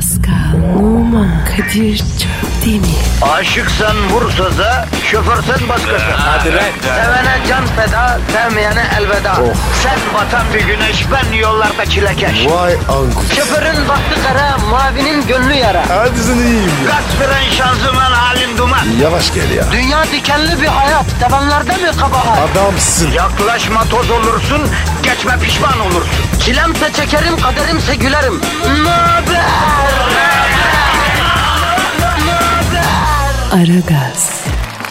Pascal, Oman, Kadir çok değil mi? Aşıksan vursa da, şoförsen başkasın. Hadi lan. Sevene can feda, sevmeyene elveda. Sen batan bir güneş, ben yollarda çilekeş. Vay anku. Şoförün baktı kara, mavinin gönlü yara. Hadi sen iyiyim ya. Kasperen şanzıman halin duman. Yavaş gel ya. Dünya dikenli bir hayat, sevenlerde mi kabahar? Adamsın. Yaklaşma toz olursun, geçme pişman olursun. Çilemse çekerim, kaderimse gülerim. Möber! Aragaz.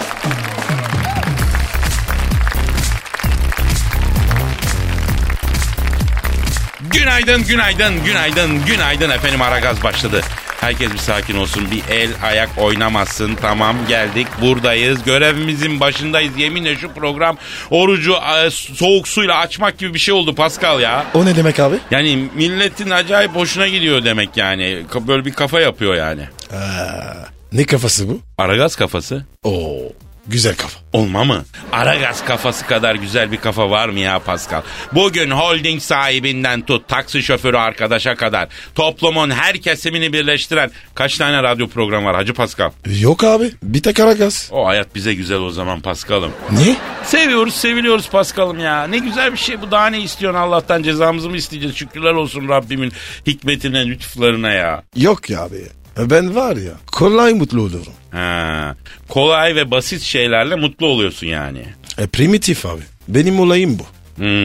Günaydın efendim, Aragaz başladı. Herkes bir sakin olsun, bir el ayak oynamasın. Tamam, geldik, buradayız, görevimizin başındayız. Yeminle şu program orucu soğuk suyla açmak gibi bir şey oldu Pascal ya. O ne demek abi? Yani milletin acayip hoşuna gidiyor demek yani. Böyle bir kafa yapıyor yani. Ne kafası bu? Aragaz kafası. Oo, güzel kafa. Olma mı? Aragaz kafası kadar güzel bir kafa var mı ya Pascal? Bugün holding sahibinden tut, taksi şoförü arkadaşa kadar toplumun her kesimini birleştiren kaç tane radyo programı var Hacı Pascal? Yok abi, bir tek Aragaz. O hayat bize güzel o zaman Pascal'ım. Ne? Seviyoruz, seviliyoruz Pascal'ım ya. Ne güzel bir şey bu, daha ne istiyorsun? Allah'tan cezamızı mı isteyeceğiz? Şükürler olsun Rabbimin hikmetine, lütuflarına ya. Yok ya abi. Ben var ya, kolay mutlu olurum. Ha, kolay ve basit şeylerle mutlu oluyorsun yani. Primitif abi. Benim olayım bu.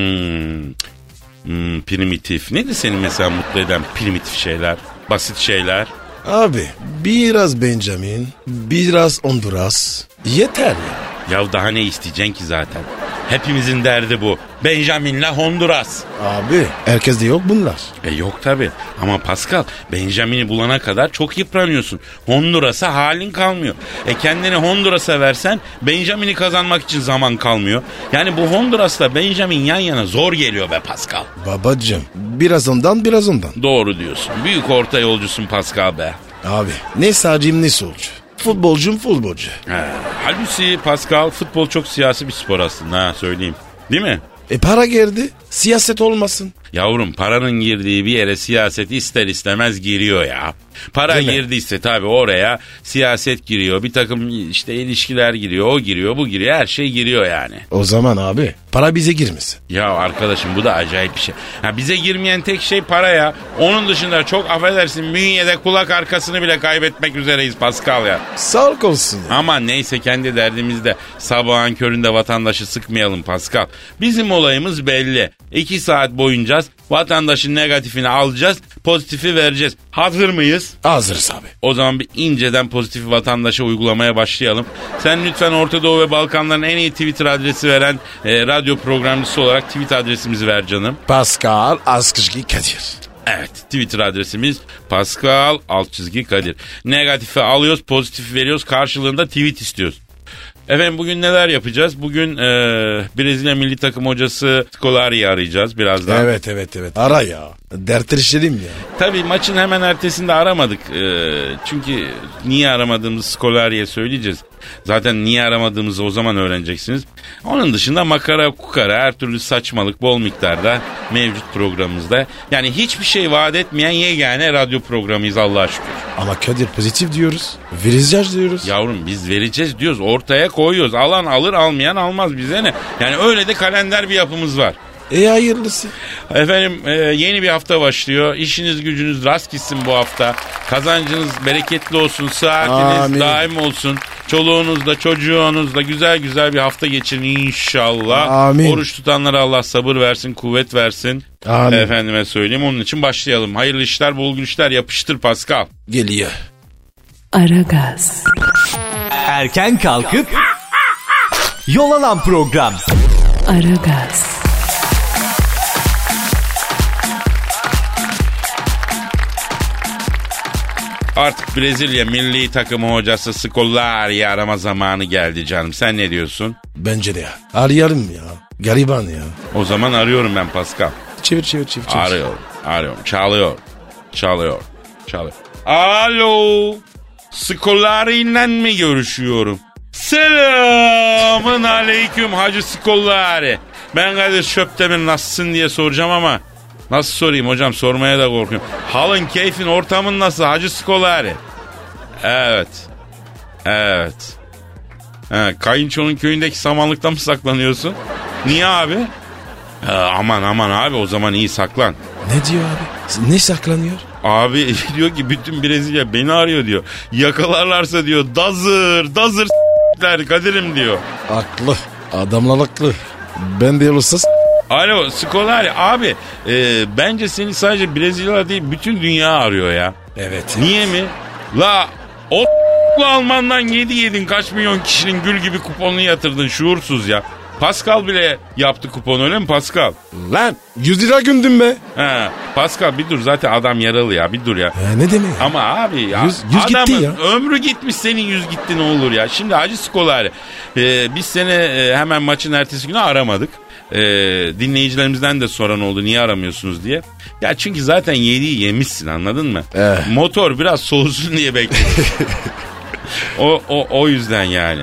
Primitif. Nedir senin mesela mutlu eden primitif şeyler? Basit şeyler? Abi biraz Benjamin, biraz Honduras. Yeter ya. Ya daha ne isteyeceksin ki zaten? Hepimizin derdi bu. Benjamin'le Honduras. Abi herkes de yok bunlar. Yok tabi. Ama Pascal, Benjamin'i bulana kadar çok yıpranıyorsun. Honduras'a halin kalmıyor. Kendini Honduras'a versen Benjamin'i kazanmak için zaman kalmıyor. Yani bu Honduras'la Benjamin yan yana zor geliyor be Pascal. Babacığım biraz ondan biraz ondan. Doğru diyorsun. Büyük orta yolcusun Pascal be. Abi ne sağcıyım ne solcu. Futbolcu. Halbuki Pascal, futbol çok siyasi bir spor aslında, söyleyeyim. Değil mi? Para geldi, siyaset olmasın. Yavrum, paranın girdiği bir yere siyaset ister istemez giriyor ya. Para Değil girdiyse tabii oraya siyaset giriyor. Bir takım işte ilişkiler giriyor, o giriyor, bu giriyor, her şey giriyor yani. O zaman abi para bize girmesin. Ya arkadaşım, bu da acayip bir şey. Bize girmeyen tek şey para ya. Onun dışında çok affedersin, bünyede kulak arkasını bile kaybetmek üzereyiz Pascal ya. Sağlık olsun ya. Ama neyse, kendi derdimizde sabahın köründe vatandaşı sıkmayalım Pascal. Bizim olayımız belli. 2 saat boyunca vatandaşın negatifini alacağız, pozitifi vereceğiz. Hazır mıyız? Hazırız abi. O zaman bir inceden pozitifi vatandaşa uygulamaya başlayalım. Sen lütfen Orta Doğu ve Balkanların en iyi Twitter adresi veren radyo programcısı olarak tweet adresimizi ver canım. Pascal Askışki Kadir. Evet, Twitter adresimiz Pascal _Kadir. Negatifi alıyoruz, pozitifi veriyoruz, karşılığında tweet istiyoruz. Efendim, bugün neler yapacağız? Bugün Brezilya milli takım hocası Scolari'yi arayacağız birazdan. Evet. Ara ya. Dertleşelim ya. Tabii maçın hemen ertesinde aramadık. Çünkü niye aramadığımızı Scolari'ye söyleyeceğiz. Zaten niye aramadığımızı o zaman öğreneceksiniz. Onun dışında makara kukara, her türlü saçmalık bol miktarda mevcut programımızda. Yani hiçbir şey vaat etmeyen yegane radyo programıyız Allah'a şükür. Ama Kadir, pozitif diyoruz. Vereceğiz diyoruz. Yavrum, biz vereceğiz diyoruz, ortaya koyuyoruz. Alan alır, almayan almaz, bize ne? Yani öyle de kalender bir yapımız var. Hayırlısı. Efendim, yeni bir hafta başlıyor. İşiniz gücünüz rast gitsin bu hafta. Kazancınız bereketli olsun. Saatiniz Amin. daim olsun. Çoluğunuzla çocuğunuzla güzel bir hafta geçirin inşallah. Amin. Oruç tutanlara Allah sabır versin, kuvvet versin. Amin. Efendime söyleyeyim, onun için başlayalım. Hayırlı işler, bol güçler, yapıştır Pascal. Geliyor. Aragaz. Erken kalkıp yol alan program. Aragaz. Artık Brezilya milli takımı hocası Scolari'yi arama zamanı geldi canım. Sen ne diyorsun? Bence de ya. Arayalım ya. Gariban ya. O zaman arıyorum ben Pascal. Çevir. Arıyorum. Çalıyor. Alo. Scolari'yle mi görüşüyorum? Selamın aleyküm Hacı Scolari. Ben Kadir Şöptemir, nasılsın diye soracağım ama Nasıl sorayım hocam, sormaya da korkuyorum. Halın, keyfin, ortamın nasıl Hacı Skolari? Evet. Kayınçonun köyündeki samanlıkta mı saklanıyorsun? Niye abi? Aman abi, o zaman iyi saklan. Ne diyor abi? Ne saklanıyor? Abi diyor ki bütün Brezilya beni arıyor diyor. Yakalarlarsa diyor dazır s**ler Kadir'im diyor. Haklı. Adamlar haklı. Ben de olursa Alo Skolari abi, bence seni sadece Brezilya değil bütün dünya arıyor ya. Evet. Niye mi? La o Alman'dan yedin kaç milyon kişinin gül gibi kuponunu yatırdın şuursuz ya. Pascal bile yaptı kuponu, öyle mi Pascal? Lan 100 lira gündüm be. He, Pascal bir dur, zaten adam yaralı ya, bir dur ya. Ne demek? Ama abi ya, 100 adamın gitti ya. ömrü gitmiş, senin 100 gitti ne olur ya. Şimdi Hacı Skolari, biz seni hemen maçın ertesi günü aramadık. Dinleyicilerimizden de soran oldu niye aramıyorsunuz diye. Ya çünkü zaten yediği yemişsin, anladın mı? Motor biraz soğusun diye bekledim. o yüzden yani.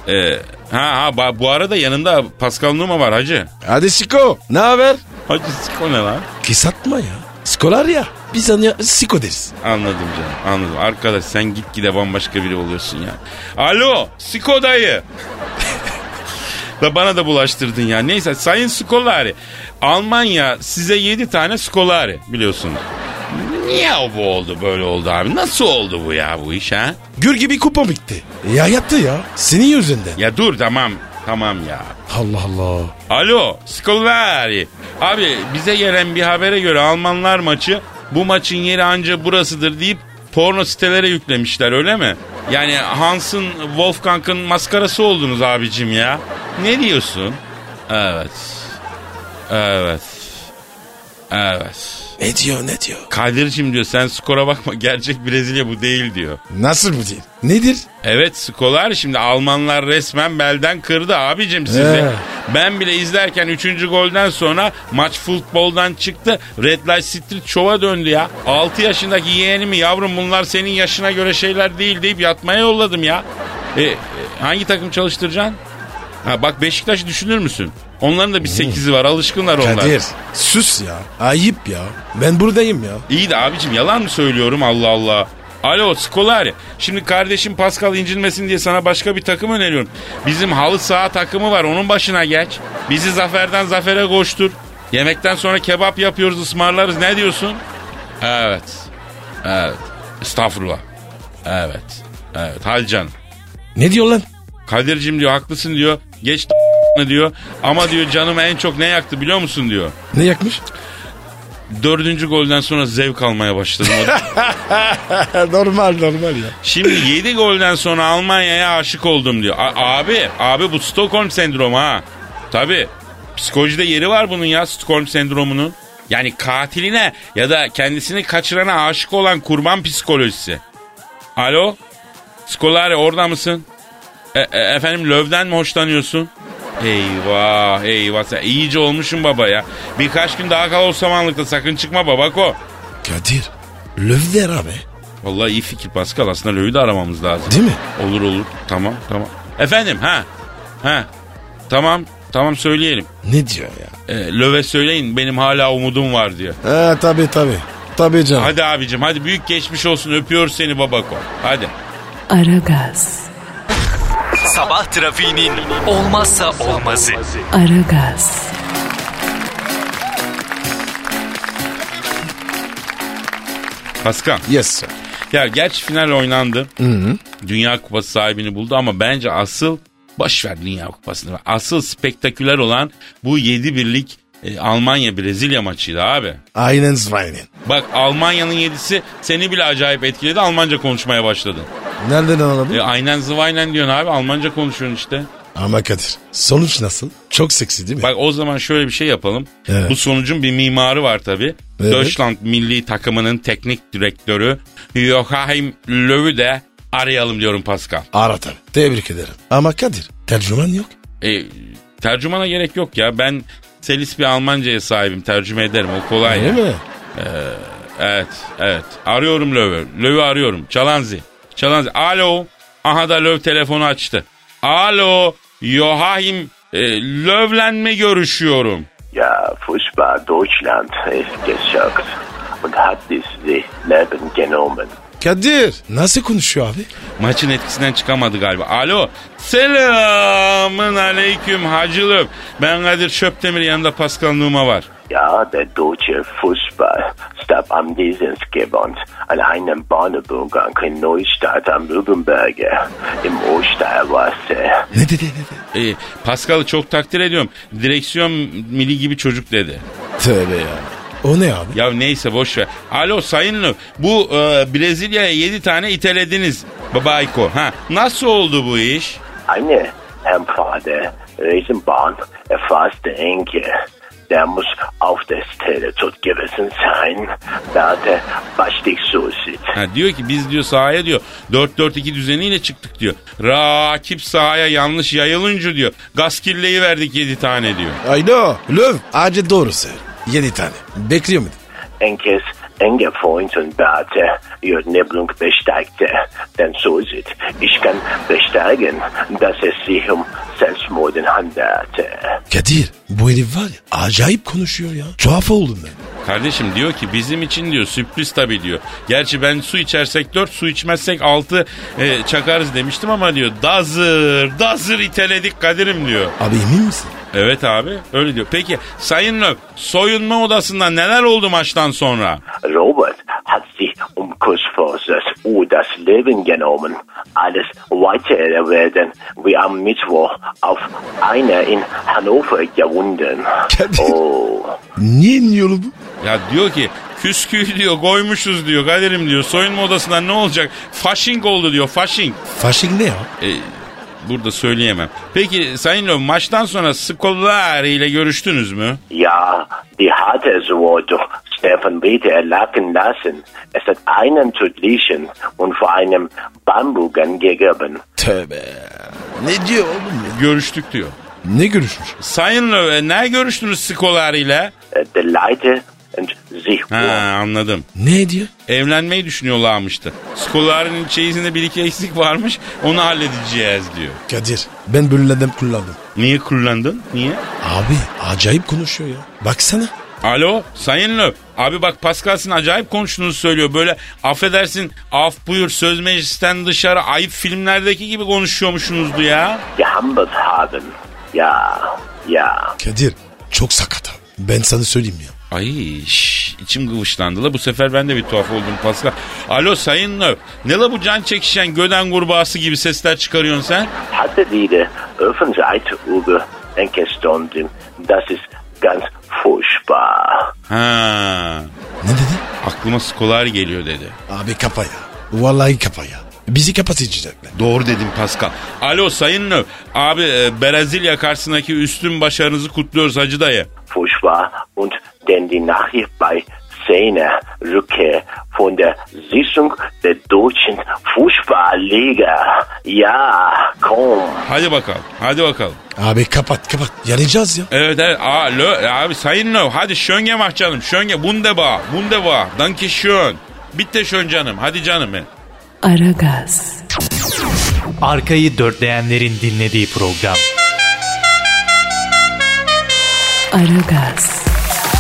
Bu arada yanında Pascal Numa var hacı. Hadi Siko, ne haber? Hacı Siko ne lan? Kısaltma ya. Skolar ya. Biz hani Siko deriz. Anladım canım, anladım. Arkadaş sen gitgide bambaşka biri oluyorsun ya. Alo Siko dayı. Da bana da bulaştırdın ya. Neyse Sayın Skolari, Almanya size 7 tane Skolari biliyorsunuz. Niye bu oldu, böyle oldu abi? Nasıl oldu bu ya, bu iş ha? Gül gibi kupa bitti. Ya yattı ya. Senin yüzünden. Ya dur tamam ya. Allah Allah. Alo Skolari. Abi bize gelen bir habere göre Almanlar maçı, bu maçın yeri anca burasıdır deyip porno sitelere yüklemişler, öyle mi? Yani Hans'ın, Wolfgang'ın maskarası oldunuz abicim ya. Ne diyorsun? Evet. Ne diyor? Kadir'cim diyor, sen skora bakma, gerçek Brezilya bu değil diyor. Nasıl bu değil? Nedir? Evet Skolari, şimdi Almanlar resmen belden kırdı abicim sizi. Ben bile izlerken 3. golden sonra maç futboldan çıktı. Red Light Street Show'a döndü ya. 6 yaşındaki yeğenimi, yavrum bunlar senin yaşına göre şeyler değil deyip yatmaya yolladım ya. Hangi takım çalıştıracaksın? Bak Beşiktaş'ı düşünür müsün? Onların da bir 8'i var, alışkınlar onlar. Kadir sus ya. Ayıp ya. Ben buradayım ya. İyi de abicim, yalan mı söylüyorum, Allah Allah. Alo Skolari, şimdi kardeşim Pascal incilmesin diye sana başka bir takım öneriyorum. Bizim halı saha takımı var, onun başına geç. Bizi zaferden zafere koştur. Yemekten sonra kebap yapıyoruz, ısmarlarız, ne diyorsun? Evet. Estağfurullah. Evet. Hadi canım. Ne diyor lan? Kadir'cim diyor, haklısın diyor. Geç diyor. Ama diyor canımı en çok ne yaktı biliyor musun diyor. Ne yakmış? 4. golden sonra zevk almaya başladım. normal ya. Şimdi 7 golden sonra Almanya'ya aşık oldum diyor. Abi bu Stockholm sendromu ha. Tabii. Psikolojide yeri var bunun ya, Stockholm sendromunun. Yani katiline ya da kendisini kaçırana aşık olan kurban psikolojisi. Alo? Skolari orada mısın? Efendim Löv'den mi hoşlanıyorsun? Eyvah sen iyice olmuşsun baba ya. Birkaç gün daha kal o samanlıkta, sakın çıkma babako. Kadir Löv der abi. Vallahi iyi fikir Pascal, aslında Löv'ü de aramamız lazım. Değil mi? Olur tamam. Efendim tamam söyleyelim. Ne diyor ya? Löv'e söyleyin benim hala umudum var diyor. Tabii canım. Hadi abicim, hadi büyük geçmiş olsun, öpüyoruz seni babako. Hadi. Aragaz. Sabah trafiğinin olmazsa olmazı. Aragaz. Pascal. Yes sir. Ya gerçi final oynandı. Dünya Kupası sahibini buldu ama bence asıl, boşver Dünya Kupası'nı, asıl spektaküler olan bu 7-1'lik Almanya-Brezilya maçıydı abi. Aynen. Bak Almanya'nın 7'si seni bile acayip etkiledi, Almanca konuşmaya başladın. Nereden anladın? Aynen zıvaynen diyorsun abi, Almanca konuşuyorsun işte. Ama Kadir sonuç nasıl? Çok seksi değil mi? Bak o zaman şöyle bir şey yapalım. Evet. Bu sonucun bir mimarı var tabii. Evet. Deutschland milli takımının teknik direktörü Joachim Löw'ü de arayalım diyorum Pascal. Ara tabii. Tebrik ederim. Ama Kadir tercüman yok. Tercümana gerek yok ya. Ben selis bir Almanca'ya sahibim. Tercüme ederim. O kolay. Öyle mi? Evet. Arıyorum Löw'ü arıyorum. Çalanzi. Alo. Aha da Löw telefonu açtı. Alo. Joachim Löw'le mi görüşüyorum? Ya Fußball Deutschland ist geschockt und hat das Leben genommen. Kadir nasıl konuşuyor abi? Maçın etkisinden çıkamadı galiba. Alo. Selamın aleyküm hacılım. Ben Kadir Çöptemir, yanında Pascal Numa var. Ja, der deutsche Fußball starb am Wesensgebund an einem Bahnübergang in Neustadt am Übenberge im Osterwasser. Ne dedi? Pascal'ı çok takdir ediyorum. Direksiyon mili gibi çocuk dedi. Tövbe ya. O ne abi? Ya neyse boş ver. Alo Sayın Löw. Bu Brezilya'ya 7 tane itelediniz. Babayko. Ha, nasıl oldu bu iş? Eine Hempfade Riesenbahn erfasste Enke. Der muss auf der Stelle tot gewesen sein, da der Bastik so sieht. Ha, diyor ki biz diyor sahaya diyor 4-4-2 düzeniyle çıktık diyor. Rakip sahaya yanlış yayılınca diyor gaskilleyi verdik 7 tane diyor. Ayno. Löv. Acı doğrusu. 7 tane. Bekliyor muydun? Enkes enge Freund und Bärte ihr Nebelung besteigte, denn so sieht. Ich kann besteigen, dass es sich Selbstmorden handelte. Kadir bu herif var ya acayip konuşuyor ya. Tuhaf oldum ben. Kardeşim diyor ki bizim için diyor sürpriz tabii diyor. Gerçi ben su içersek 4, su içmezsek 6 çakarız demiştim ama diyor dazır iteledik Kadir'im diyor. Abi emin misin? Evet abi öyle diyor. Peki Sayın Löw, soyunma odasında neler oldu maçtan sonra? Robert hat sich kurz vor das Leben genommen. Alles weiter werden wie am Mittwoch auf einer in Hannover gewunden. Oh. Niye yolu bu? Ya diyor ki küsküyü diyor koymuşuz diyor Kadir'im diyor. Soyunma odasından ne olacak? Fasching oldu diyor, fasching. Fasching ne ya? Burada söyleyemem. Peki Sayın Löw, maçtan sonra Scolari ile görüştünüz mü? Ja, die hat es wohl durch Stefan Bete erlachen lassen. Es hat einen tödlichen und vor einem Bambugen gegeben. Tövbe. Ne diyor oğlum ya? Görüştük diyor. Ne görüşmüş? Sayın Löw, ne görüştünüz Scolari ile? Der Leiter und sich. Ha, anladım. Ne diyor? Evlenmeyi düşünüyorlarmıştı. Scolari'nin çeyizinde 1-2 eksik varmış, onu halledeceğiz diyor. Kadir ben böyle adam kullandım. Niye kullandın? Niye? Abi acayip konuşuyor ya. Baksana. Alo Sayın Löw. Abi bak Pascal'sın acayip konuştuğunuzu söylüyor. Böyle affedersin af buyur söz meclisten dışarı ayıp filmlerdeki gibi konuşuyormuşsunuzdu ya. Gehandelt haben. Ja. Kadir çok sakat abi. Ben sana söyleyeyim ya. Ay içim kıvışlandı la, bu sefer ben de bir tuhaf oldum Pascal. Alo Sayın Löw. Ne la bu can çekişen göden kurbağası gibi sesler çıkarıyorsun sen? Hatte die Öffenseite über Enkelstunden. Das ist ganz furchtbar. Ha. Ne dedi? Aklıma Scolari geliyor dedi. Abi kapa ya. Vallahi kapa ya. Bizi kapatacaklar. Doğru dedim Pascal. Alo Sayın Löw. Abi Brezilya karşısındaki üstün başarınızı kutluyoruz Hacı dayı. Furchtbar und denn die Nachricht bei seiner Rückkehr von der Sitzung der Deutschen Fußballliga. Ja, komm. Hadi bakalım. Abi kapat. Yanacağız ya. Evet. Abi Sayın Löw hadi schön gemacht canım. Schön wunderbar. Danke schön. Bitte schön canım. Hadi canım benim. Aragaz. Arkayı dörtleyenlerin dinlediği program. Aragaz.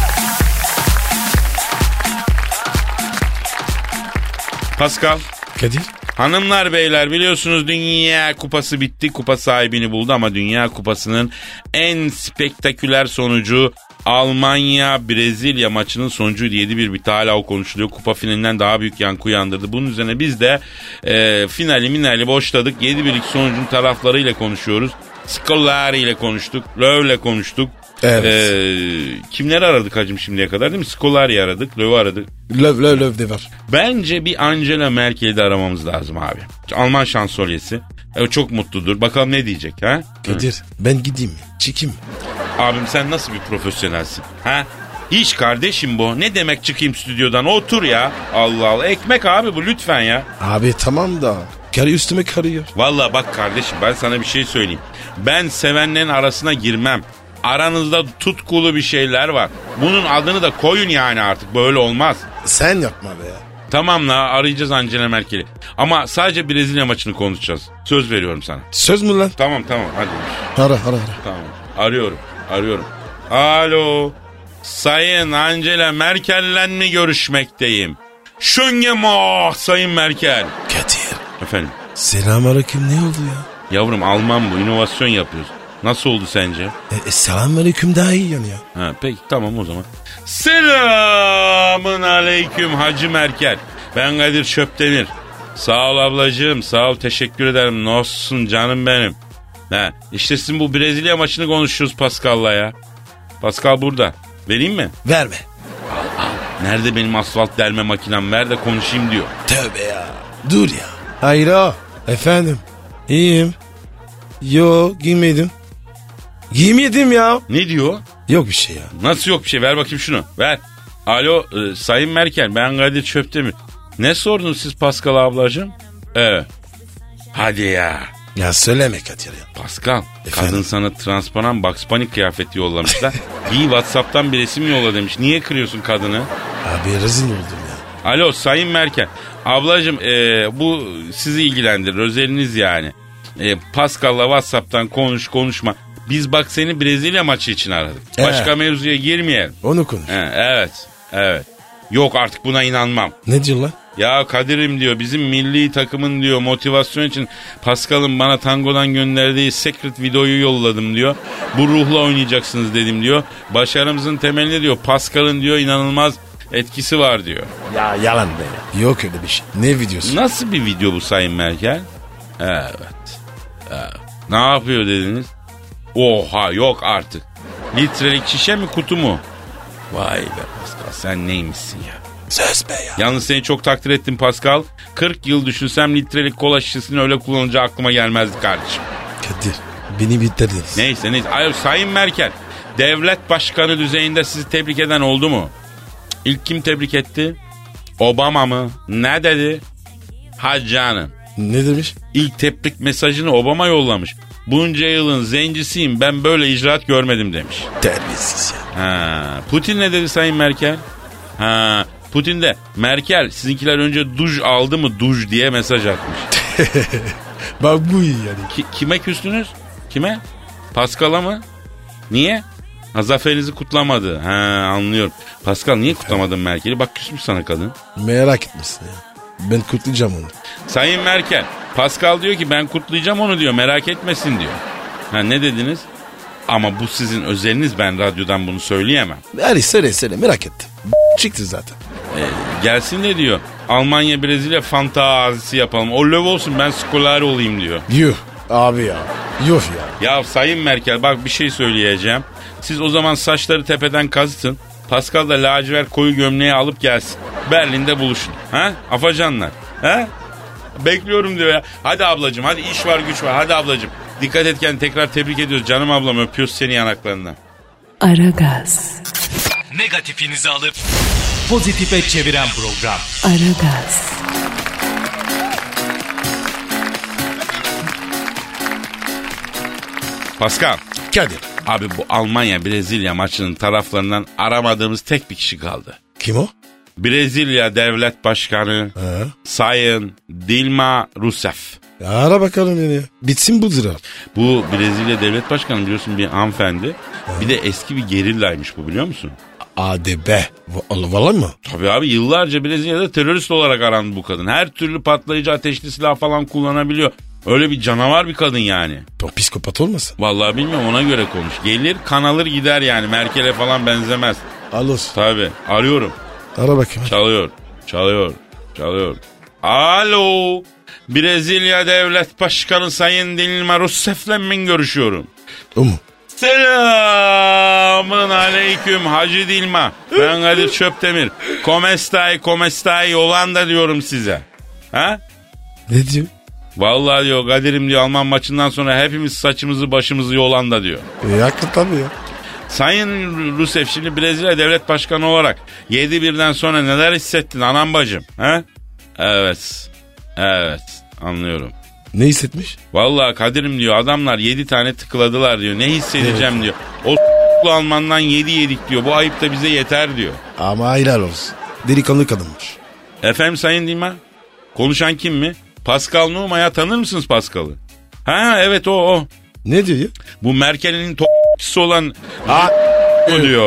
Pascal. Kadir. Hanımlar beyler biliyorsunuz Dünya Kupası bitti. Kupa sahibini buldu ama Dünya Kupası'nın en spektaküler sonucu Almanya-Brezilya maçının sonucuydu. 7-1 bitti. Hala o konuşuluyor. Kupa finalinden daha büyük yankı uyandırdı. Bunun üzerine biz de finali boşladık. 7-1'lik sonucun taraflarıyla konuşuyoruz. Scolari ile konuştuk. Löw ile konuştuk. Evet. Kimleri aradık hacım şimdiye kadar değil mi? Scolari'yi aradık. Löw'ü aradık. Löw de var. Bence bir Angela Merkel'i de aramamız lazım abi. Alman şansölyesi. Çok mutludur. Bakalım ne diyecek ha? Kadir ben gideyim mi? Çıkayım mı? Abim sen nasıl bir profesyonelsin? Ha? Hiç kardeşim bu. Ne demek çıkayım stüdyodan? Otur ya. Allah Allah. Ekmek abi bu lütfen ya. Abi tamam da. Karı üstüme karıyor. Vallahi bak kardeşim ben sana bir şey söyleyeyim. Ben sevenlerin arasına girmem. Aranızda tutkulu bir şeyler var. Bunun adını da koyun yani artık. Böyle olmaz. Sen yapma be ya. Tamam la arayacağız Angela Merkel'i. Ama sadece Brezilya maçını konuşacağız. Söz veriyorum sana. Söz mü lan? Tamam hadi. Ara. Tamam arıyorum. Alo. Sayın Angela Merkel'le mi görüşmekteyim? Schöngemo Sayın Merkel. Kadir. Efendim? Selamünaleyküm ne oldu ya? Yavrum Alman bu, inovasyon yapıyoruz. Nasıl oldu sence? Selamünaleyküm daha iyi yani ya. Ha, peki tamam o zaman. Selamın aleyküm Hacı Merkel. Ben Kadir Çöptemir. Sağ ol ablacığım, sağ ol, teşekkür ederim. Nasılsın canım benim? Ha, işte sizin bu Brezilya maçını konuşuyoruz Pascal'la ya. Pascal burada. Vereyim mi? Verme. Nerede benim asfalt delme makinem? Ver de konuşayım diyor. Tövbe ya. Dur ya. Hayır o. Efendim. İyiyim. Yo giymedim. Giymedim ya. Ne diyor? Yok bir şey ya. Nasıl yok bir şey? Ver bakayım şunu. Ver. Alo Sayın Merkel, ben Kadir Çöptemir. Ne sordunuz siz Pascal ablacığım? Evet. Hadi ya. Ya söyleme Kadir ya. Pascal, Efendim? kadın sana transparan Bugs Bunny kıyafeti yollamışlar. İyi WhatsApp'tan bir resim yolla demiş. Niye kırıyorsun kadını? Abi rezil oldum ya. Alo Sayın Merkel. Ablacığım bu sizi ilgilendirir. Özeliniz yani. Pascal'la WhatsApp'tan konuşma. Biz bak seni Brezilya maçı için aradık. Başka mevzuya girmeyelim. Onu konuş. Evet. Yok artık buna inanmam. Ne diyor lan? Ya Kadir'im diyor, bizim milli takımın diyor motivasyon için Pascal'ın bana tangodan gönderdiği secret videoyu yolladım diyor. Bu ruhla oynayacaksınız dedim diyor. Başarımızın temelinde diyor Pascal'ın diyor inanılmaz etkisi var diyor. Ya yalan be. Yok öyle bir şey. Ne videosu? Nasıl bir video bu Sayın Merkel? Evet. Ne yapıyor dediniz? Oha yok artık. Litrelik şişe mi kutu mu? Vay be Pascal, sen neymişsin ya? Söz be ya. Yalnız seni çok takdir ettim Pascal. 40 yıl düşünsem litrelik kola şişesini öyle kullanınca aklıma gelmezdi kardeşim. Kadir beni bitirdiniz. Neyse. Hayır, Sayın Merkel, devlet başkanı düzeyinde sizi tebrik eden oldu mu? İlk kim tebrik etti? Obama mı? Ne dedi? Ha canım. Ne demiş? İlk tebrik mesajını Obama yollamış. Bunca yılın zencisiyim, ben böyle icraat görmedim demiş. Terbiyesiz ya. Putin ne dedi Sayın Merkel? Putin de Merkel sizinkiler önce duş aldı mı duş diye mesaj atmış. Bak bu iyi yani. Kime küstünüz? Kime? Pascal'a mı? Niye? Zaferinizi kutlamadı. Anlıyorum. Pascal niye kutlamadın Merkel'i? Bak küsmüş sana kadın. Merak etmesin ya. Ben kutlayacağım onu. Sayın Merkel, Pascal diyor ki ben kutlayacağım onu diyor, merak etmesin diyor. Ne dediniz? Ama bu sizin özeliniz, ben radyodan bunu söyleyemem. Hadi söyle merak ettim. Çıktı zaten. Gelsin de diyor Almanya Brezilya fantazisi yapalım. O löv olsun, ben Scolari olayım diyor. Yuh abi ya. Yuh ya. Ya Sayın Merkel bak bir şey söyleyeceğim. Siz o zaman saçları tepeden kazıtın. Pascal da lacivert koyu gömleği alıp gelsin. Berlin'de buluşun. Afacanlar. Bekliyorum diyor ya. Hadi ablacığım, hadi iş var güç var. Hadi ablacığım. Dikkat et kendine, tekrar tebrik ediyoruz. Canım ablam, öpüyoruz seni yanaklarından. Aragaz. Negatifinizi alıp pozitife çeviren program. Aragaz. Pascal. Kadir. Abi bu Almanya Brezilya maçının taraflarından aramadığımız tek bir kişi kaldı. Kim o? Brezilya Devlet Başkanı Sayın Dilma Rousseff. Ya ara bakalım yani. Bitsin bu zira. Bu Brezilya Devlet Başkanı biliyorsun bir hanımefendi. Bir de eski bir gerillaymış bu, biliyor musun? Hadi be. Vallahi mı? Tabii abi, yıllarca Brezilya'da terörist olarak arandı bu kadın. Her türlü patlayıcı ateşli silah falan kullanabiliyor. Öyle bir canavar bir kadın yani. O psikopat olmasın? Vallahi bilmiyorum, ona göre konuş. Gelir kan alır gider yani, Merkel'e falan benzemez. Alos. Tabii arıyorum. Ara bakayım. Çalıyor. Alo. Brezilya Devlet Başkanı Sayın Dilma Rousseff'le mi görüşüyorum? O mu? Selamın aleyküm Hacı Dilma. Ben Kadir Çöptemir. Come stai Yolanda diyorum size. Ne diyor? Vallahi diyor Kadir'im diyor, Alman maçından sonra hepimiz saçımızı başımızı Yolanda diyor. Haklı tabii ya. Sayın Rousseff, şimdi Brezilya Devlet Başkanı olarak 7-1'den sonra neler hissettin anam bacım? Evet anlıyorum. Ne hissetmiş? Vallahi Kadir'im diyor, adamlar 7 tane tıkladılar diyor. Ne hissedeceğim diyor. O Almandan 7 yedik diyor. Bu ayıp da bize yeter diyor. Ama helal olsun. Delikanlı kadınmış. Efendim Sayın Dilma? Konuşan kim mi? Pascal Numa ya, tanır mısınız Pascal'ı? Evet o. Ne diyor ya? Bu Merkel'in olan o diyor.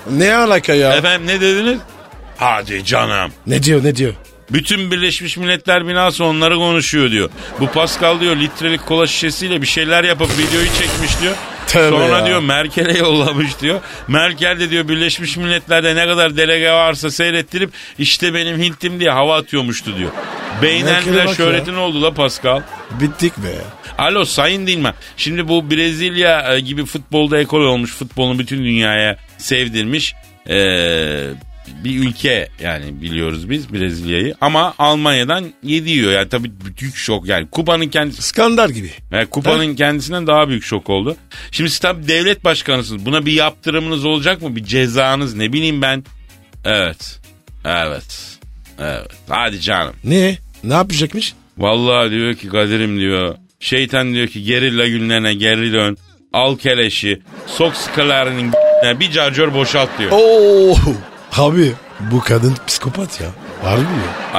Ne alaka ya? Efendim ne dediniz? Hadi canım. Ne diyor? Bütün Birleşmiş Milletler binası onları konuşuyor diyor. Bu Pascal diyor litrelik kola şişesiyle bir şeyler yapıp videoyu çekmiş diyor. Tövbe Sonra ya. diyor Merkel'e yollamış diyor. Merkel de diyor Birleşmiş Milletler'de ne kadar delege varsa seyrettirip işte benim Hint'im diye hava atıyormuştu diyor. Merkel'e Beğenenler bak şöhretin oldu la Pascal. Bittik be. Alo Sayın Dilma. Şimdi bu Brezilya gibi futbolda ekol olmuş. Futbolunu bütün dünyaya sevdirmiş. Bir ülke yani biliyoruz biz Brezilya'yı. Ama Almanya'dan yediyor. Yani tabii büyük şok. Yani Kuba'nın kendisi. Skandal gibi. Yani Kuba'nın kendisinden daha büyük şok oldu. Şimdi siz tabii devlet başkanısınız. Buna bir yaptırımınız olacak mı? Bir cezanız ne bileyim ben. Evet. Hadi canım. Ne yapacakmış? Vallahi diyor ki Kadir'im diyor. Şeytan diyor ki gerilla günlerine geri dön. Al keleşi. Sok sıkalarının bir carcör boşalt diyor. Oo. Abi bu kadın psikopat ya. Harbi mi?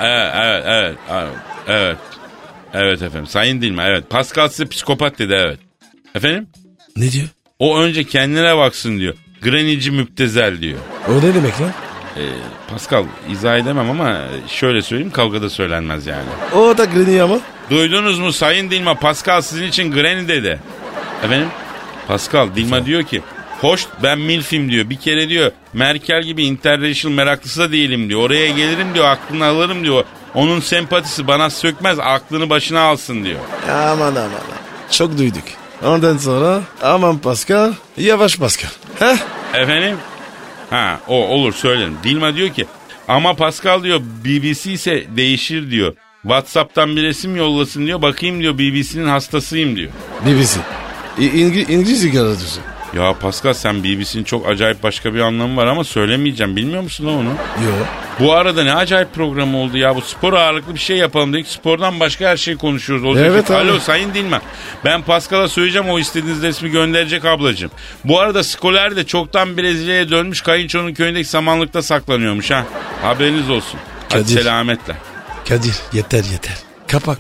Evet efendim. Sayın Dilma evet. Pascal size psikopat dedi evet. Efendim? Ne diyor? O önce kendine baksın diyor. Grenici müptezel diyor. O ne demek lan? Pascal izah edemem ama şöyle söyleyeyim kavgada söylenmez yani. O da Granny ama. Duydunuz mu Sayın Dilma? Pascal sizin için Granny dedi. Efendim? Pascal Dilma diyor ki hoş ben milfim diyor. Bir kere diyor Merkel gibi international meraklısı da değilim diyor. Oraya gelirim diyor aklını alırım diyor. Onun sempatisi bana sökmez aklını başına alsın diyor. Aman. Çok duyduk. Ondan sonra aman Pascal yavaş Pascal. Heh? Efendim? Ha o olur söylerim. Dilma diyor ki ama Pascal diyor BBC ise değişir diyor. WhatsApp'tan bir resim yollasın diyor. Bakayım diyor BBC'nin hastasıyım diyor. BBC. İngilizce gazetesi. Ya Pascal sen BBC'nin çok acayip başka bir anlamı var ama söylemeyeceğim. Bilmiyor musun onu? Yok. Bu arada ne acayip program oldu ya. Bu spor ağırlıklı bir şey yapalım dedik. Spordan başka her şeyi konuşuyoruz. Olacak Evet abi. Alo Sayın Dilma. Ben Pascal'a söyleyeceğim o istediğiniz resmi gönderecek ablacığım. Bu arada Skoler de çoktan Brezilya'ya dönmüş. Kayınço'nun köyündeki samanlıkta saklanıyormuş ha. Haberiniz olsun. Hadi Kadir. selametle. Kadir yeter. Kapa.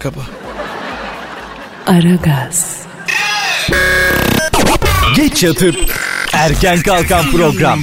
Aragaz, Geç yatıp erken kalkan program.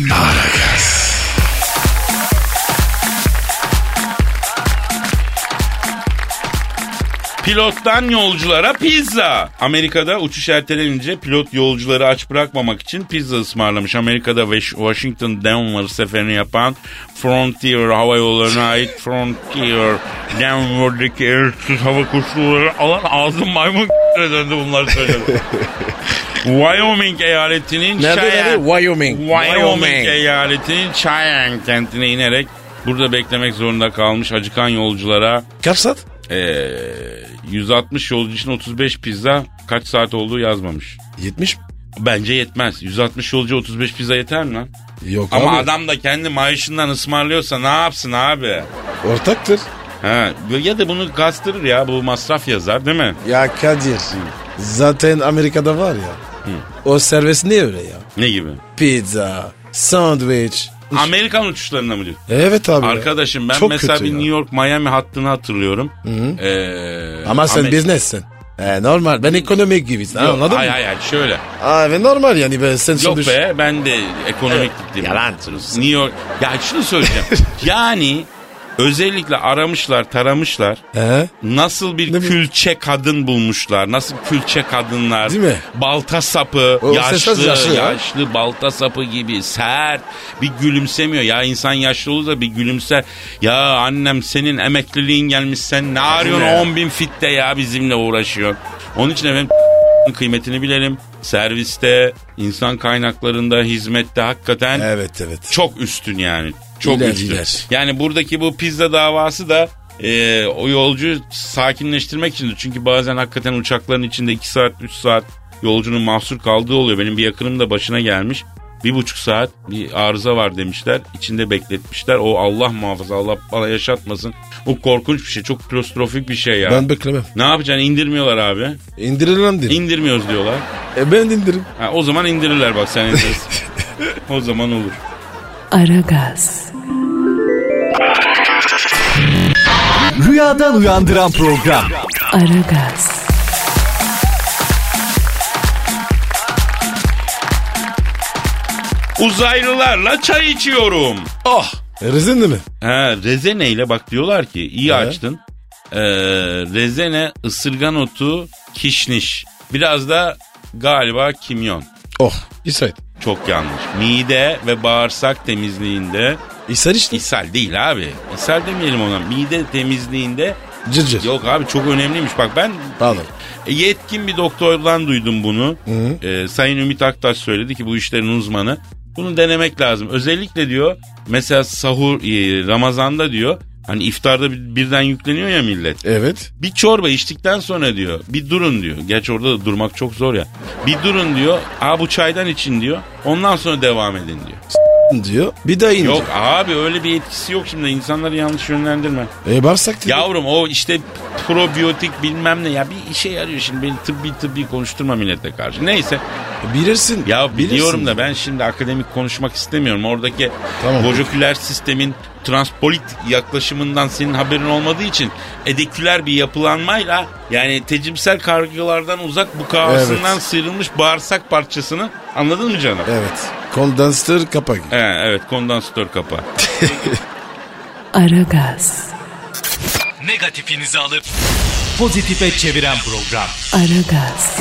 Pilottan yolculara pizza. Amerika'da uçuş ertelenince pilot yolcuları aç bırakmamak için pizza ısmarlamış. Amerika'da Washington Denver seferini yapan Frontier Hava Yolları'na ait Frontier Denver'daki eşsiz hava koşulları alan ağzım maymun döndü bunları söyledi. Wyoming eyaletinin Wyoming eyaletinin Cheyenne kentine inerek burada beklemek zorunda kalmış acıkan yolculara. Kaç saat? 160 yolcu için 35 pizza kaç saat olduğu yazmamış. 70 mi? Bence yetmez. 160 yolcu 35 pizza yeter mi lan? Yok Ama abi. adam da kendi maaşından ısmarlıyorsa ne yapsın abi? Ortaktır. Ha, ya da bunu kastırır ya bu masraf yazar değil mi? Ya Kadir. Zaten Amerika'da var ya. O servis ne öyle ya? Ne gibi? Pizza, sandviç. Amerikan uçuşlarında mı diyor? Evet abi. Arkadaşım ben çok mesela kötü bir ya. New York Miami hattını hatırlıyorum. Ama sen business'sin. Normal. Ben ekonomik gibisin. Yok, Anladın mı? hayır şöyle. Abi normal yani. Sen Yok be ben de ekonomik gittim. Yalan. New York. Ya şunu söyleyeceğim. Yani özellikle aramışlar taramışlar. Nasıl bir külçe kadın bulmuşlar. Nasıl külçe kadınlar. Değil mi? Balta sapı. O yaşlı yaşlı balta sapı gibi sert. Bir gülümsemiyor. Ya insan yaşlı olur da bir gülümser. Ya annem senin emekliliğin gelmiş. Sen ne arıyorsun 10.000 fitte ya bizimle uğraşıyorsun. Onun için efendim kıymetini bilelim. Serviste, insan kaynaklarında, hizmette hakikaten Evet. çok üstün yani. Çok İler, üstün. iler. Yani buradaki bu pizza davası da o yolcuyu sakinleştirmek içindir. Çünkü bazen hakikaten uçakların içinde 2 saat 3 saat yolcunun mahsur kaldığı oluyor. Benim bir yakınım da başına gelmiş. 1,5 saat bir arıza var demişler. İçinde bekletmişler. O Allah muhafaza Allah bana yaşatmasın. O korkunç bir şey. Çok klostrofik bir şey ya. Ben beklemem. Ne yapacaksın? İndirmiyorlar abi. İndirilen değil. İndirmiyoruz diyorlar. Ben indirim. Ha, o zaman indirirler bak sen indirirsin. O zaman olur. Aragaz, Rüyadan uyandıran program. Aragaz, Uzaylılarla çay içiyorum. Oh. Rezende mi? Ha, rezeneyle bak diyorlar ki iyi açtın. Rezene, ısırgan otu, kişniş. Biraz da galiba kimyon. Oh. İsrail. Çok yanlış. Mide ve bağırsak temizliğinde. İshal işte. İshal değil abi. İshal demeyelim ona. Mide temizliğinde. Cırcır. Yok abi çok önemliymiş. Bak ben Pardon. yetkin bir doktordan duydum bunu. Sayın Ümit Aktaş söyledi ki bu işlerin uzmanı. Bunu denemek lazım. Özellikle diyor mesela sahur Ramazan'da diyor hani iftarda birden yükleniyor ya millet. Evet. Bir çorba içtikten sonra diyor bir durun diyor. Gerçi orada da durmak çok zor ya. Bir durun diyor. Bu çaydan için diyor. Ondan sonra devam edin diyor. Diyor. Bir daha ince. Yok abi öyle bir etkisi yok şimdi. İnsanları yanlış yönlendirme. Bağırsak diyor. Yavrum o işte probiyotik bilmem ne ya bir işe yarıyor şimdi. Beni tıbbi konuşturma millete karşı. Neyse. Bilirsin. Ya biliyorum Bilirsin. da ben şimdi akademik konuşmak istemiyorum. Oradaki Tamam. vojoküler sistemin transpolit yaklaşımından senin haberin olmadığı için edeküler bir yapılanmayla yani tecrübsel kargılardan uzak bu kavasından sıyrılmış bağırsak parçasını anladın mı canım? Evet. Kondansatör kapağı. Evet kondansatör kapağı. Aragaz, Negatifinizi alıp pozitife çeviren program. Aragaz,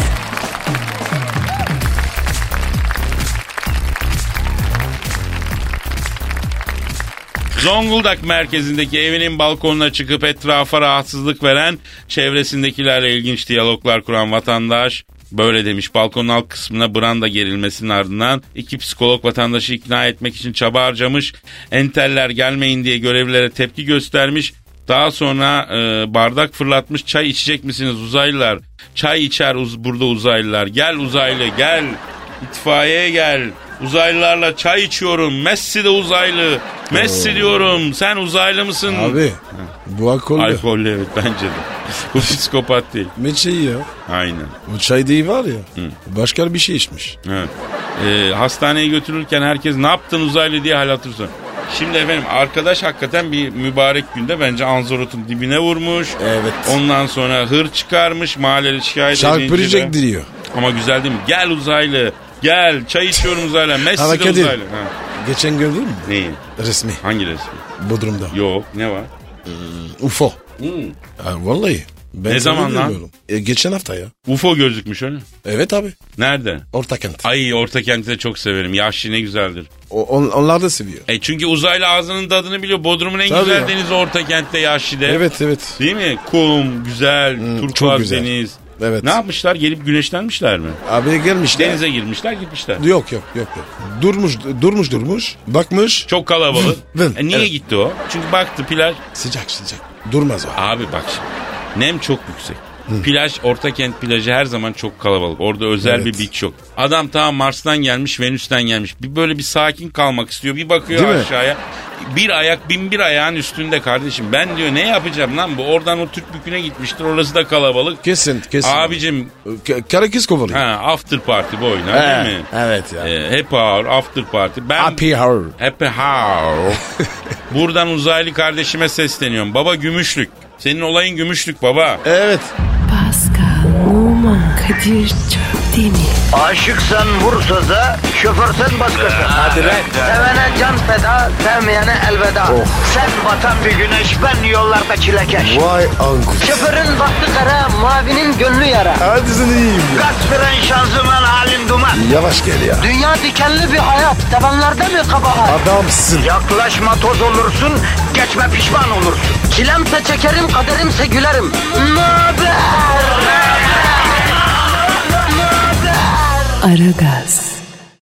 Zonguldak merkezindeki evinin balkonuna çıkıp etrafa rahatsızlık veren, çevresindekilerle ilginç diyaloglar kuran vatandaş böyle demiş. Balkonun alt kısmına branda gerilmesinin ardından iki psikolog vatandaşı ikna etmek için çaba harcamış. Enteller gelmeyin diye görevlilere tepki göstermiş. Daha sonra bardak fırlatmış. Çay içecek misiniz uzaylılar? Çay içer burada uzaylılar. Gel uzaylı gel. İtfaiyeye gel. Uzaylılarla çay içiyorum. Messi de uzaylı. Messi diyorum. Sen uzaylı mısın? Abi. Bu alkollü. Alkollü evet bence de. Bu psikopat değil. Ne çayı ya? Aynen. Bu çay değil var ya. Başka bir şey içmiş. Evet. Hastaneye götürürken herkes ne yaptın uzaylı diye hal hatır soruyor. Şimdi efendim arkadaş hakikaten bir mübarek günde bence anzorotun dibine vurmuş. Evet. Ondan sonra hır çıkarmış mahalleli şikayet edince. Çarpıracak diyor. Ama güzel değil mi? Gel uzaylı. Gel çay içiyorum uzaylı. Messi Ama de Kadir, uzaylı. Ha. geçen gördün mü? Neyi? Resmi. Hangi resmi? Bodrum'da. Yok ne var? UFO. Ha, vallahi. Ben Ne zaman lan? bilmiyorum. Geçen hafta ya. UFO gözükmüş öyle. Evet abi. Nerede? Ortakent. Ay Ortakent'i de çok severim. Yaşlı ne güzeldir. Onlar da seviyor. Çünkü uzaylı ağzının tadını biliyor. Bodrum'un en Tabii güzel ya. denizi Ortakent'te Yaşlı'da. Evet. Değil mi? Kum, güzel, çok turkuaz güzel. deniz. Evet. Ne yapmışlar? Gelip güneşlenmişler mi? Abi gelmişler. Denize girmişler gitmişler. Yok. Durmuş. Bakmış. Çok kalabalık. Vın. Niye Evet. gitti o? Çünkü baktı plaj. Sıcak. Durmaz o. Abi bak şimdi. Nem çok yüksek. Plaj, Ortakent plajı her zaman çok kalabalık. Orada özel Evet. bir beach yok. Adam tamam Mars'tan gelmiş, Venüs'ten gelmiş. Böyle bir sakin kalmak istiyor. Bir bakıyor Değil mi? aşağıya. Bir ayak 1001 ayağın üstünde kardeşim. Ben diyor ne yapacağım lan bu? Oradan o Türk Bükü'ne gitmiştir. Orası da kalabalık. Kesin. Abicim Kara kız kovalıyor. after party bu oynar değil mi? Evet ya. Happy hour, after party. Ben Happy hour. Happy hour. Buradan uzaylı kardeşime sesleniyorum. Baba Gümüşlük. Senin olayın Gümüşlük baba. Evet. Pascal, Oman, Kadir çok değil mi? Aşıksan vursa da, şoförsen başkasın. Hadi lan. Sevene can feda, sevmeyene elveda. Sen batan bir güneş, ben yollarda çilekeş. Vay anku. Şoförün baktı kara, mavinin gönlü yara. Hadi sen iyiyim ya. Kasperen şanzıman halin duman. Yavaş gel ya. Dünya dikenli bir hayat, sevenlerde mi kabahar? Adamsın. Yaklaşma toz olursun, geçme pişman olursun. Çilemse çekerim, kaderimse gülerim. Möber! Aragaz.